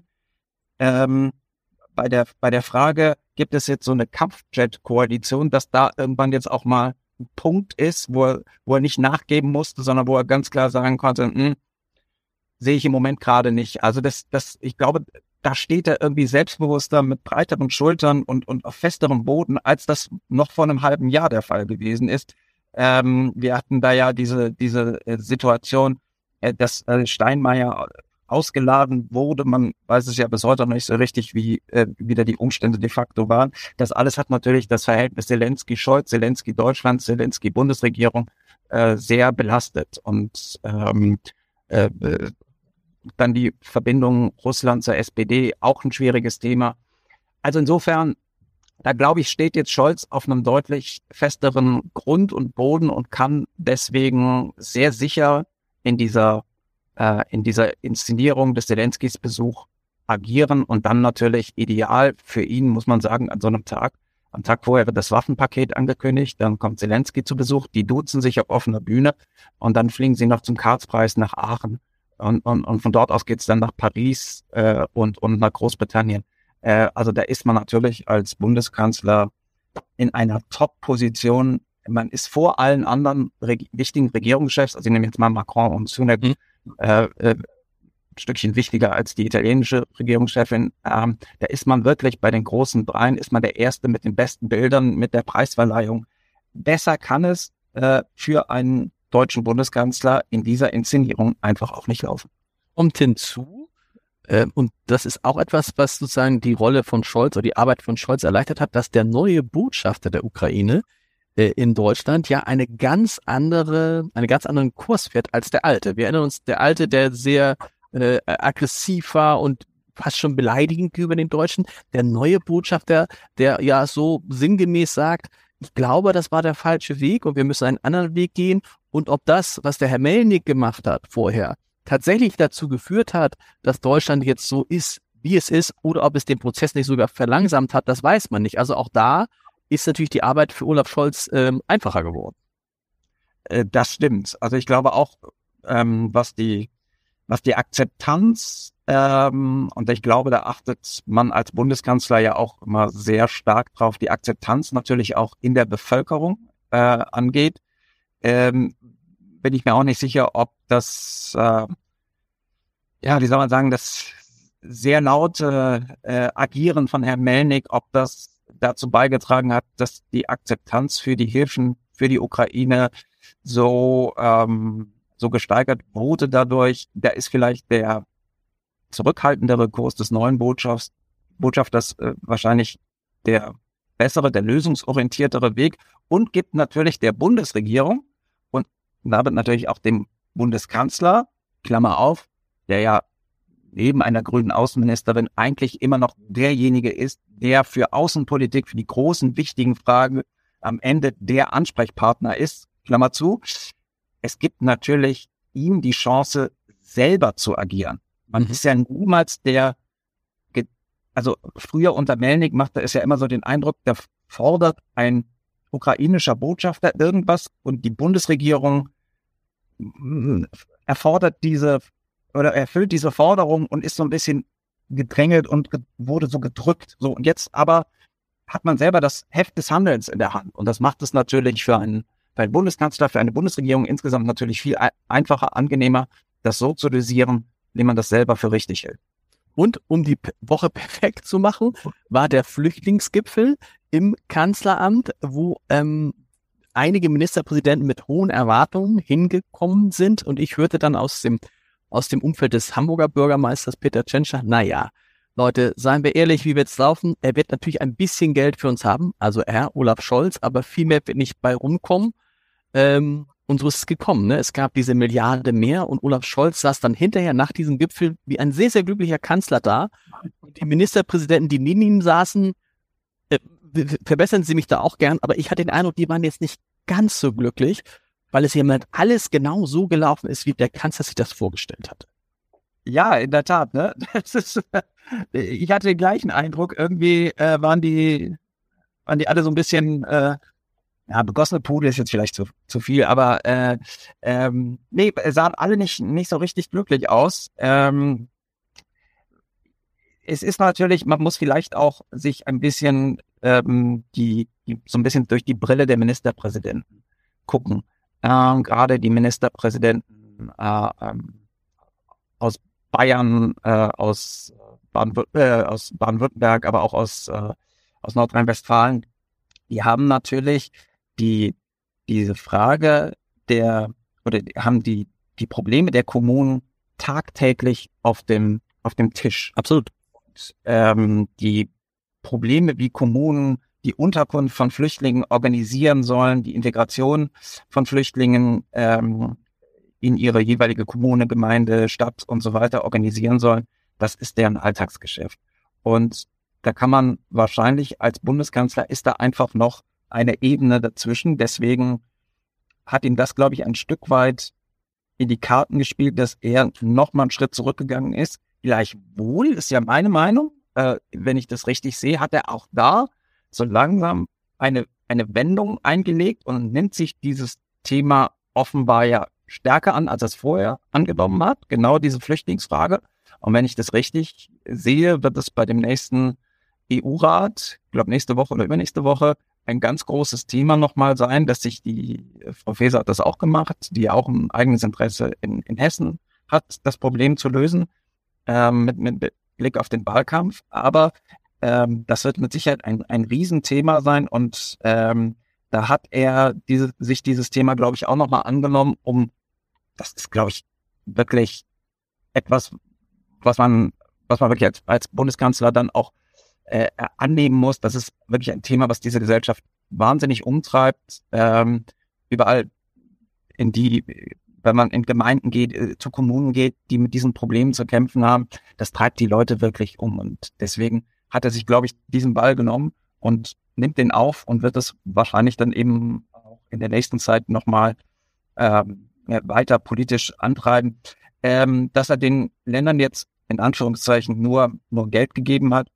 ähm, bei der, bei der Frage, gibt es jetzt so eine Kampfjet-Koalition, dass da irgendwann jetzt auch mal ein Punkt ist, wo er, wo er nicht nachgeben musste, sondern wo er ganz klar sagen konnte, hm, sehe ich im Moment gerade nicht. Also das, das, ich glaube, da steht er irgendwie selbstbewusster mit breiteren Schultern und, und auf festerem Boden, als das noch vor einem halben Jahr der Fall gewesen ist. Ähm, wir hatten da ja diese, diese äh, Situation, äh, dass äh, Steinmeier ausgeladen wurde. Man weiß es ja bis heute noch nicht so richtig, wie äh, wieder die Umstände de facto waren. Das alles hat natürlich das Verhältnis Zelensky-Scholz, Zelensky-Deutschland, Zelensky-Bundesregierung äh, sehr belastet. Und ähm, äh, dann die Verbindung Russland zur S P D, auch ein schwieriges Thema. Also insofern, da glaube ich, steht jetzt Scholz auf einem deutlich festeren Grund und Boden und kann deswegen sehr sicher in dieser äh, in dieser Inszenierung des Zelenskys Besuch agieren und dann natürlich ideal für ihn, muss man sagen, an so einem Tag. Am Tag vorher wird das Waffenpaket angekündigt, dann kommt Zelensky zu Besuch, die duzen sich auf offener Bühne und dann fliegen sie noch zum Karlspreis nach Aachen. Und, und, und von dort aus geht's dann nach Paris äh, und, und nach Großbritannien. Äh, also da ist man natürlich als Bundeskanzler in einer Top-Position. Man ist vor allen anderen reg- wichtigen Regierungschefs, also ich nehme jetzt mal Macron und Sunak, mhm. äh, äh, ein Stückchen wichtiger als die italienische Regierungschefin. Ähm, da ist man wirklich bei den großen Dreien, ist man der Erste mit den besten Bildern, mit der Preisverleihung. Besser kann es äh, für einen deutschen Bundeskanzler in dieser Inszenierung einfach auch nicht laufen.
Kommt hinzu, äh, und das ist auch etwas, was sozusagen die Rolle von Scholz oder die Arbeit von Scholz erleichtert hat, dass der neue Botschafter der Ukraine äh, in Deutschland ja eine ganz andere, einen ganz anderen Kurs fährt als der alte. Wir erinnern uns, der alte, der sehr äh, aggressiv war und fast schon beleidigend gegenüber den Deutschen. Der neue Botschafter, der ja so sinngemäß sagt, ich glaube, das war der falsche Weg und wir müssen einen anderen Weg gehen. Und ob das, was der Herr Melnik gemacht hat vorher, tatsächlich dazu geführt hat, dass Deutschland jetzt so ist, wie es ist, oder ob es den Prozess nicht sogar verlangsamt hat, das weiß man nicht. Also auch da ist natürlich die Arbeit für Olaf Scholz ähm, einfacher geworden.
Äh, das stimmt. Also ich glaube auch, ähm, was die was die Akzeptanz, ähm, und ich glaube, da achtet man als Bundeskanzler ja auch immer sehr stark drauf, die Akzeptanz natürlich auch in der Bevölkerung äh, angeht. Ähm, bin ich mir auch nicht sicher, ob das, äh, ja, wie soll man sagen, das sehr laute äh, Agieren von Herrn Melnik, ob das dazu beigetragen hat, dass die Akzeptanz für die Hilfen für die Ukraine so ähm, so gesteigert wurde dadurch. Da ist vielleicht der zurückhaltendere Kurs des neuen Botschafters, Botschafters äh, wahrscheinlich der bessere, der lösungsorientiertere Weg und gibt natürlich der Bundesregierung und damit natürlich auch dem Bundeskanzler, Klammer auf, der ja neben einer grünen Außenministerin eigentlich immer noch derjenige ist, der für Außenpolitik, für die großen, wichtigen Fragen am Ende der Ansprechpartner ist. Klammer zu. Es gibt natürlich ihm die Chance, selber zu agieren. Man mhm. ist ja niemals der, also früher unter Melnik machte es ja immer so den Eindruck, der fordert ein ukrainischer Botschafter irgendwas und die Bundesregierung erfordert diese oder erfüllt diese Forderung und ist so ein bisschen gedrängelt und ge- wurde so gedrückt. So, und jetzt aber hat man selber das Heft des Handelns in der Hand. Und das macht es natürlich für einen, für einen Bundeskanzler, für eine Bundesregierung insgesamt natürlich viel ein- einfacher, angenehmer, das so zu dosieren, wie man das selber für richtig hält.
Und um die P- Woche perfekt zu machen, war der Flüchtlingsgipfel im Kanzleramt, wo ähm, einige Ministerpräsidenten mit hohen Erwartungen hingekommen sind. Und ich hörte dann aus dem aus dem Umfeld des Hamburger Bürgermeisters Peter Tschentscher, naja, Leute, seien wir ehrlich, wie wird's laufen? Er wird natürlich ein bisschen Geld für uns haben, also er, Olaf Scholz, aber viel mehr wird nicht bei rumkommen. Ähm, und so ist es gekommen. Ne? Es gab diese Milliarde mehr und Olaf Scholz saß dann hinterher nach diesem Gipfel wie ein sehr, sehr glücklicher Kanzler da. Und die Ministerpräsidenten, die neben ihm saßen, äh, verbessern Sie mich da auch gern, aber ich hatte den Eindruck, die waren jetzt nicht ganz so glücklich, weil es jemand alles genau so gelaufen ist, wie der Kanzler sich das vorgestellt hatte.
Ja, in der Tat, ne? Das ist, ich hatte den gleichen Eindruck. Irgendwie äh, waren die, waren die alle so ein bisschen, äh, ja, begossene Pudel ist jetzt vielleicht zu, zu viel, aber äh, ähm, nee, sahen alle nicht, nicht so richtig glücklich aus. Ähm, es ist natürlich, man muss vielleicht auch sich ein bisschen ähm, die, die so ein bisschen durch die Brille der Ministerpräsidenten gucken. Ähm, gerade die Ministerpräsidenten äh, ähm, aus Bayern, äh, aus, Baden, äh, aus Baden-Württemberg, aber auch aus, äh, aus Nordrhein-Westfalen, die haben natürlich die diese Frage der, oder die, haben die die Probleme der Kommunen tagtäglich auf dem auf dem Tisch.
Absolut.
Und, ähm, die Probleme, wie Kommunen die Unterkunft von Flüchtlingen organisieren sollen, die Integration von Flüchtlingen ähm, in ihre jeweilige Kommune, Gemeinde, Stadt und so weiter organisieren sollen, das ist deren Alltagsgeschäft. Und da kann man wahrscheinlich als Bundeskanzler, ist da einfach noch eine Ebene dazwischen. Deswegen hat ihm das, glaube ich, ein Stück weit in die Karten gespielt, dass er noch mal einen Schritt zurückgegangen ist. Gleichwohl ist ja meine Meinung, äh, wenn ich das richtig sehe, hat er auch da so langsam eine, eine Wendung eingelegt und nimmt sich dieses Thema offenbar ja stärker an, als er es vorher angenommen hat. Genau diese Flüchtlingsfrage. Und wenn ich das richtig sehe, wird es bei dem nächsten E U-Rat, ich glaube nächste Woche oder übernächste Woche, ein ganz großes Thema nochmal sein, dass sich die, Frau Faeser hat das auch gemacht, die ja auch ein eigenes Interesse in, in Hessen hat, das Problem zu lösen, ähm, mit, mit Blick auf den Wahlkampf. Aber ähm, das wird mit Sicherheit ein, ein Riesenthema sein und ähm, da hat er diese, sich dieses Thema, glaube ich, auch nochmal angenommen, um, das ist, glaube ich, wirklich etwas, was man, was man wirklich als, als Bundeskanzler dann auch äh, annehmen muss. Das ist wirklich ein Thema, was diese Gesellschaft wahnsinnig umtreibt. Ähm, überall, in die, wenn man in Gemeinden geht, äh, zu Kommunen geht, die mit diesen Problemen zu kämpfen haben, das treibt die Leute wirklich um. Und deswegen hat er sich, glaube ich, diesen Ball genommen und nimmt den auf und wird es wahrscheinlich dann eben auch in der nächsten Zeit nochmal ähm, weiter politisch antreiben. Ähm, dass er den Ländern jetzt in Anführungszeichen nur, nur Geld gegeben hat,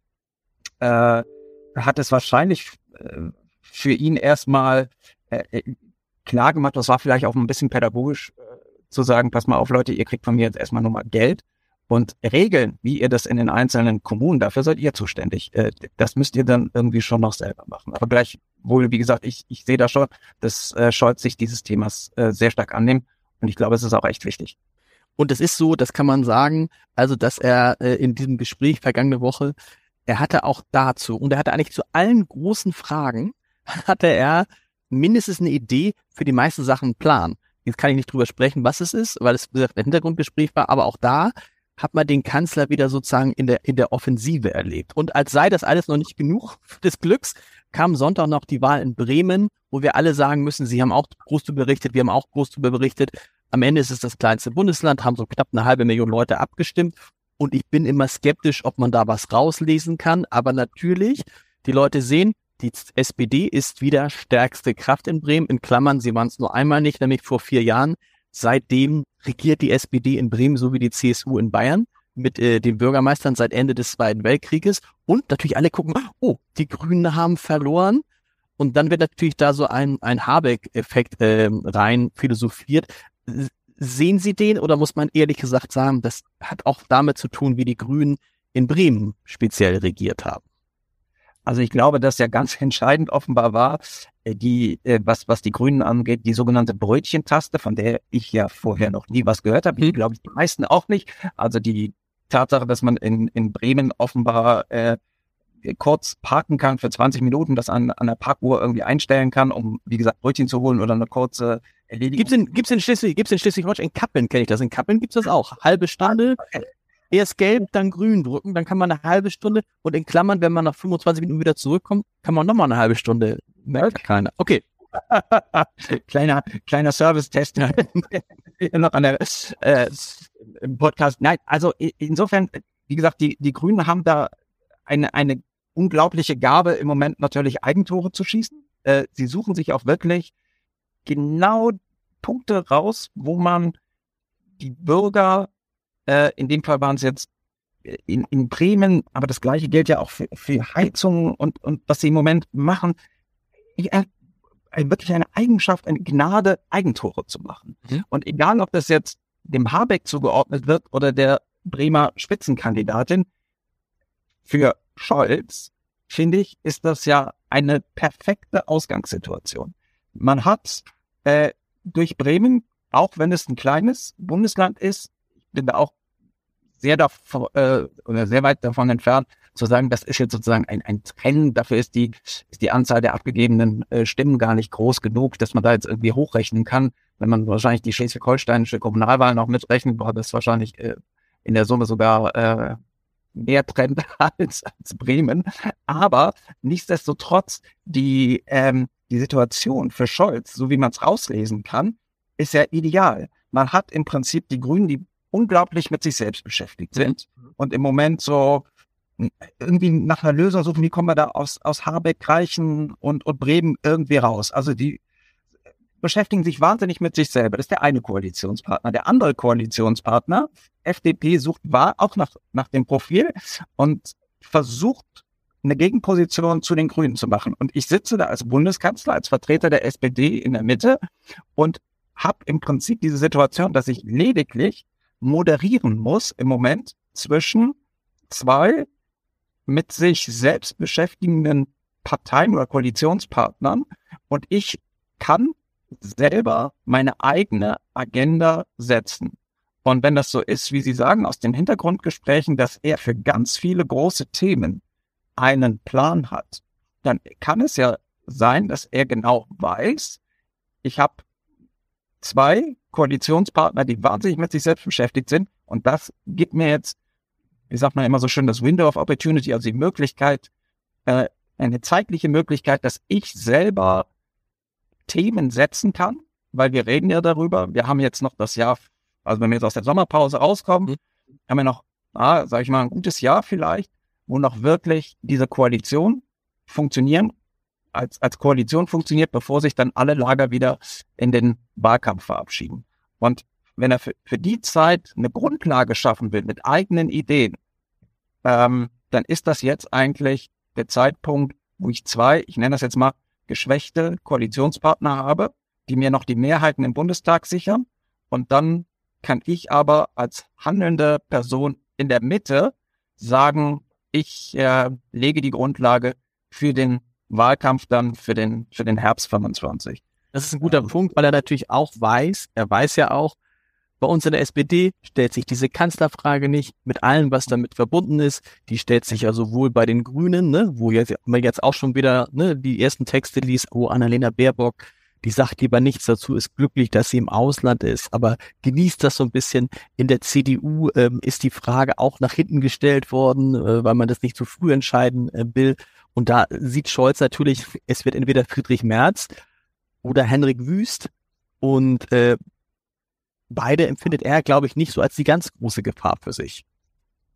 äh, hat es wahrscheinlich äh, für ihn erstmal äh, klar gemacht, das war vielleicht auch ein bisschen pädagogisch äh, zu sagen, pass mal auf Leute, ihr kriegt von mir jetzt erstmal nur mal Geld und Regeln, wie ihr das in den einzelnen Kommunen, dafür seid ihr zuständig. Äh, das müsst ihr dann irgendwie schon noch selber machen. Aber gleichwohl, wie gesagt, ich, ich sehe da schon, dass äh, Scholz sich dieses Themas äh, sehr stark annimmt und ich glaube, es ist auch echt wichtig.
Und es ist so, das kann man sagen, also dass er äh, in diesem Gespräch vergangene Woche, er hatte auch dazu, und er hatte eigentlich zu allen großen Fragen, hatte er mindestens eine Idee, für die meisten Sachen einen Plan. Jetzt kann ich nicht drüber sprechen, was es ist, weil es, wie gesagt, ein Hintergrundgespräch war, aber auch da hat man den Kanzler wieder sozusagen in der, in der Offensive erlebt. Und als sei das alles noch nicht genug des Glücks, kam Sonntag noch die Wahl in Bremen, wo wir alle sagen müssen, sie haben auch groß darüber berichtet, wir haben auch groß darüber berichtet. Am Ende ist es das kleinste Bundesland, haben so knapp eine halbe Million Leute abgestimmt. und ich bin immer skeptisch, ob man da was rauslesen kann. Aber natürlich, die Leute sehen, die S P D ist wieder stärkste Kraft in Bremen. In Klammern, sie waren es nur einmal nicht, nämlich vor vier Jahren. Seitdem regiert die S P D in Bremen so wie die C S U in Bayern mit äh, den Bürgermeistern seit Ende des Zweiten Weltkrieges. Und natürlich alle gucken, oh, die Grünen haben verloren. Und dann wird natürlich da so ein, ein Habeck-Effekt äh, rein philosophiert. Sehen Sie den oder muss man ehrlich gesagt sagen, das hat auch damit zu tun, wie die Grünen in Bremen speziell regiert haben?
Also ich glaube, dass ja ganz entscheidend offenbar war, die, was, was die Grünen angeht, die sogenannte Brötchentaste, von der ich ja vorher noch nie was gehört habe. Ich glaube, die meisten auch nicht. Also die Tatsache, dass man in, in Bremen offenbar äh, kurz parken kann für zwanzig Minuten, das an, an der Parkuhr irgendwie einstellen kann, um, wie gesagt, Brötchen zu holen oder eine kurze Erledigung.
Gibt's in, gibt's in Schleswig, gibt's in Schleswig-Holstein, in Kappeln kenne ich das. In Kappeln gibt's das auch. Halbe Stunde. Okay. Erst gelb, dann grün drücken, dann kann man eine halbe Stunde und in Klammern, wenn man nach fünfundzwanzig Minuten wieder zurückkommt, kann man nochmal eine halbe Stunde. Merkt okay. keiner. Okay.
kleiner kleiner Service-Test noch an der äh, im Podcast. Nein, also insofern, wie gesagt, die die Grünen haben da eine eine unglaubliche Gabe im Moment natürlich Eigentore zu schießen. Äh, sie suchen sich auch wirklich genau Punkte raus, wo man die Bürger Äh, in dem Fall waren es jetzt in, in Bremen, aber das Gleiche gilt ja auch für, für Heizungen und, und was sie im Moment machen. Äh, wirklich eine Eigenschaft, eine Gnade, Eigentore zu machen. Mhm. Und egal, ob das jetzt dem Habeck zugeordnet wird oder der Bremer Spitzenkandidatin, für Scholz, finde ich, ist das ja eine perfekte Ausgangssituation. Man hat äh, durch Bremen, auch wenn es ein kleines Bundesland ist, bin da auch sehr davon, äh, oder sehr weit davon entfernt, zu sagen, das ist jetzt sozusagen ein, ein Trend, dafür ist die, ist die Anzahl der abgegebenen äh, Stimmen gar nicht groß genug, dass man da jetzt irgendwie hochrechnen kann. Wenn man wahrscheinlich die schleswig-holsteinische Kommunalwahl noch mitrechnet, war das wahrscheinlich äh, in der Summe sogar äh, mehr Trend als, als Bremen. Aber nichtsdestotrotz, die, ähm, die Situation für Scholz, so wie man es rauslesen kann, ist ja ideal. Man hat im Prinzip die Grünen, die unglaublich mit sich selbst beschäftigt sind und im Moment so irgendwie nach einer Lösung suchen, wie kommen wir da aus, aus Habeck, Reichen und, und Bremen irgendwie raus. Also die beschäftigen sich wahnsinnig mit sich selber. Das ist der eine Koalitionspartner. Der andere Koalitionspartner, F D P, sucht war auch nach, nach dem Profil und versucht, eine Gegenposition zu den Grünen zu machen. Und ich sitze da als Bundeskanzler, als Vertreter der S P D in der Mitte und habe im Prinzip diese Situation, dass ich lediglich moderieren muss im Moment zwischen zwei mit sich selbst beschäftigenden Parteien oder Koalitionspartnern und ich kann selber meine eigene Agenda setzen. Und wenn das so ist, wie Sie sagen, aus den Hintergrundgesprächen, dass er für ganz viele große Themen einen Plan hat, dann kann es ja sein, dass er genau weiß, ich habe zwei Koalitionspartner, die wahnsinnig mit sich selbst beschäftigt sind. Und das gibt mir jetzt, wie sagt man immer so schön, das Window of Opportunity, also die Möglichkeit, äh, eine zeitliche Möglichkeit, dass ich selber Themen setzen kann, weil wir reden ja darüber. Wir haben jetzt noch das Jahr, also wenn wir jetzt aus der Sommerpause rauskommen, mhm. haben wir noch, ah, sage ich mal, ein gutes Jahr vielleicht, wo noch wirklich diese Koalition funktionieren als, als Koalition funktioniert, bevor sich dann alle Lager wieder in den Wahlkampf verabschieden. Und wenn er für, für die Zeit eine Grundlage schaffen will mit eigenen Ideen, ähm, dann ist das jetzt eigentlich der Zeitpunkt, wo ich zwei, ich nenne das jetzt mal, geschwächte Koalitionspartner habe, die mir noch die Mehrheiten im Bundestag sichern. Und dann kann ich aber als handelnde Person in der Mitte sagen, ich äh, lege die Grundlage für den Wahlkampf dann für den für den Herbst fünfundzwanzig.
Das ist ein guter ähm, Punkt, weil er natürlich auch weiß, er weiß ja auch, bei uns in der S P D stellt sich diese Kanzlerfrage nicht mit allem, was damit verbunden ist. Die stellt sich ja sowohl bei den Grünen, ne, wo jetzt, man jetzt auch schon wieder ne, die ersten Texte liest, wo Annalena Baerbock, die sagt lieber nichts dazu, ist glücklich, dass sie im Ausland ist, aber genießt das so ein bisschen. In der C D U ähm, ist die Frage auch nach hinten gestellt worden, äh, weil man das nicht zu früh entscheiden äh, will. Und da sieht Scholz natürlich, es wird entweder Friedrich Merz oder Henrik Wüst. Und äh, beide empfindet er, glaube ich, nicht so als die ganz große Gefahr für sich.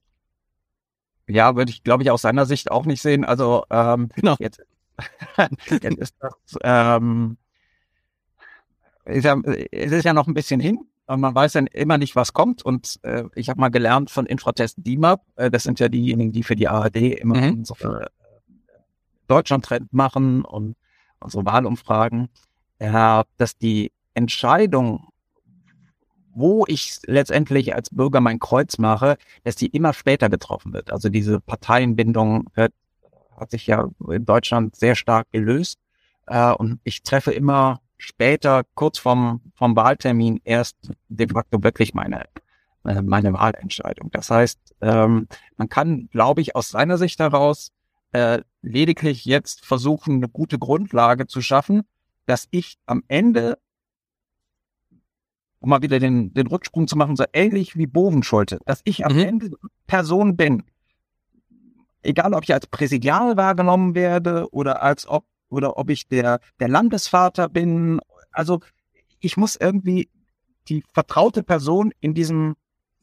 Ja, würde ich, glaube ich, aus seiner Sicht auch nicht sehen. Also ähm,
Genau.
jetzt, jetzt ist das, ähm, ist ja, es ist ja noch ein bisschen hin und man weiß ja immer nicht, was kommt. Und äh, ich habe mal gelernt von Infratest D I M A P, äh, das sind ja diejenigen, die für die A R D immer
Mhm.
unsere äh, Deutschland-Trend machen und unsere Wahlumfragen, äh, dass die Entscheidung, wo ich letztendlich als Bürger mein Kreuz mache, dass die immer später getroffen wird. Also diese Parteienbindung wird, hat sich ja in Deutschland sehr stark gelöst. Äh, und ich treffe immer später, kurz vorm, vom Wahltermin, erst de facto wirklich meine, äh, meine Wahlentscheidung. Das heißt, ähm, man kann, glaube ich, aus seiner Sicht heraus äh, lediglich jetzt versuchen, eine gute Grundlage zu schaffen, dass ich am Ende, um mal wieder den, den Rücksprung zu machen, so ähnlich wie Bovenschulte, dass ich am
Mhm.
Ende Person bin. Egal, ob ich als Präsidial wahrgenommen werde oder als ob, oder ob ich der, der Landesvater bin. Also, ich muss irgendwie die vertraute Person in diesem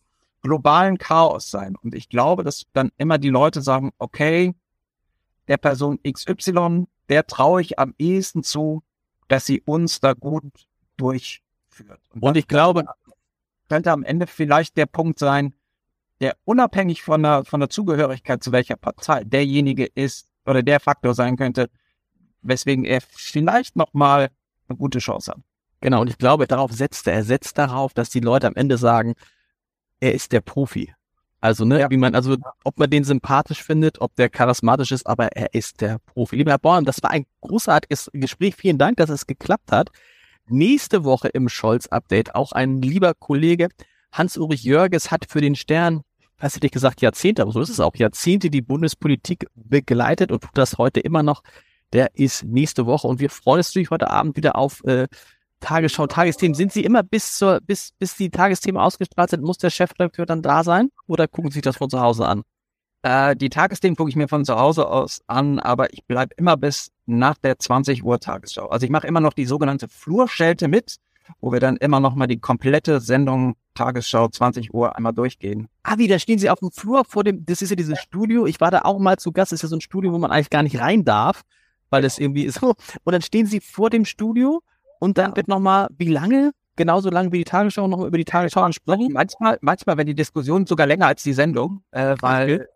globalen Chaos sein. Und ich glaube, dass dann immer die Leute sagen, okay, der Person X Y, der traue ich am ehesten zu, dass sie uns da gut durchführt.
Und, Und ich glaube,
könnte am Ende vielleicht der Punkt sein, der unabhängig von der, von der Zugehörigkeit zu welcher Partei derjenige ist oder der Faktor sein könnte, weswegen er vielleicht nochmal eine gute Chance hat.
Genau, und ich glaube, darauf setzt er. Er setzt darauf, dass die Leute am Ende sagen, er ist der Profi. Also, ne, ja. wie man, also, ob man den sympathisch findet, ob der charismatisch ist, aber er ist der Profi. Lieber Herr Born, das war ein großartiges Gespräch. Vielen Dank, dass es geklappt hat. Nächste Woche im Scholz-Update auch ein lieber Kollege, Hans-Ulrich Jörges, hat für den Stern, was hätte ich gesagt, Jahrzehnte, aber so ist es auch, Jahrzehnte die Bundespolitik begleitet und tut das heute immer noch. Der ist nächste Woche und wir freuen uns natürlich heute Abend wieder auf äh, Tagesschau, Tagesthemen. Sind Sie immer bis zur, bis, bis die Tagesthemen ausgestrahlt sind, muss der Chefredakteur dann da sein? Oder gucken Sie sich das von zu Hause an?
Äh, die Tagesthemen gucke ich mir von zu Hause aus an, aber ich bleibe immer bis nach der zwanzig Uhr Tagesschau. Also ich mache immer noch die sogenannte Flurschelte mit, wo wir dann immer noch mal die komplette Sendung Tagesschau zwanzig Uhr einmal durchgehen.
Ah, wie, da stehen Sie auf dem Flur vor dem, das ist ja dieses Studio. Ich war da auch mal zu Gast. Das ist ja so ein Studio, wo man eigentlich gar nicht rein darf, weil das irgendwie ist so. Und dann stehen Sie vor dem Studio und dann wird nochmal, wie lange? Genauso lange wie die Tagesschau, nochmal über die Tagesschau ansprechen?
Manchmal, manchmal, wenn die Diskussion sogar länger als die Sendung, äh, weil,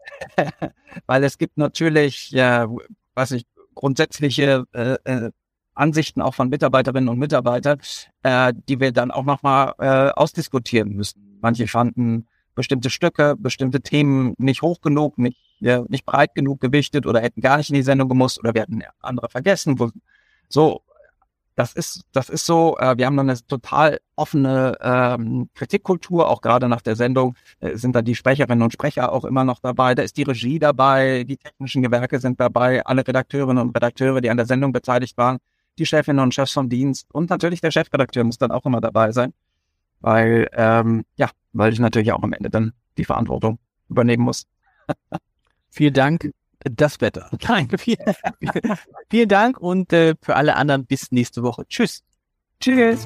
weil es gibt natürlich, äh, was ich, grundsätzliche äh, äh, Ansichten auch von Mitarbeiterinnen und Mitarbeitern, äh, die wir dann auch nochmal äh, ausdiskutieren müssen. Manche fanden bestimmte Stücke, bestimmte Themen nicht hoch genug, nicht, ja, nicht breit genug gewichtet oder hätten gar nicht in die Sendung gemusst oder wir hatten andere vergessen. Wo, so, das ist, das ist so, äh, wir haben dann eine total offene ähm, Kritikkultur, auch gerade nach der Sendung äh, sind da die Sprecherinnen und Sprecher auch immer noch dabei, da ist die Regie dabei, die technischen Gewerke sind dabei, alle Redakteurinnen und Redakteure, die an der Sendung beteiligt waren, die Chefinnen und Chefs vom Dienst und natürlich der Chefredakteur muss dann auch immer dabei sein, weil, ähm, ja, weil ich natürlich auch am Ende dann die Verantwortung übernehmen muss.
Vielen Dank. Das Wetter. Nein, vielen, vielen Dank und äh, für alle anderen bis nächste Woche. Tschüss.
Tschüss.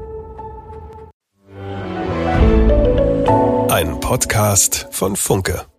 Ein Podcast von Funke.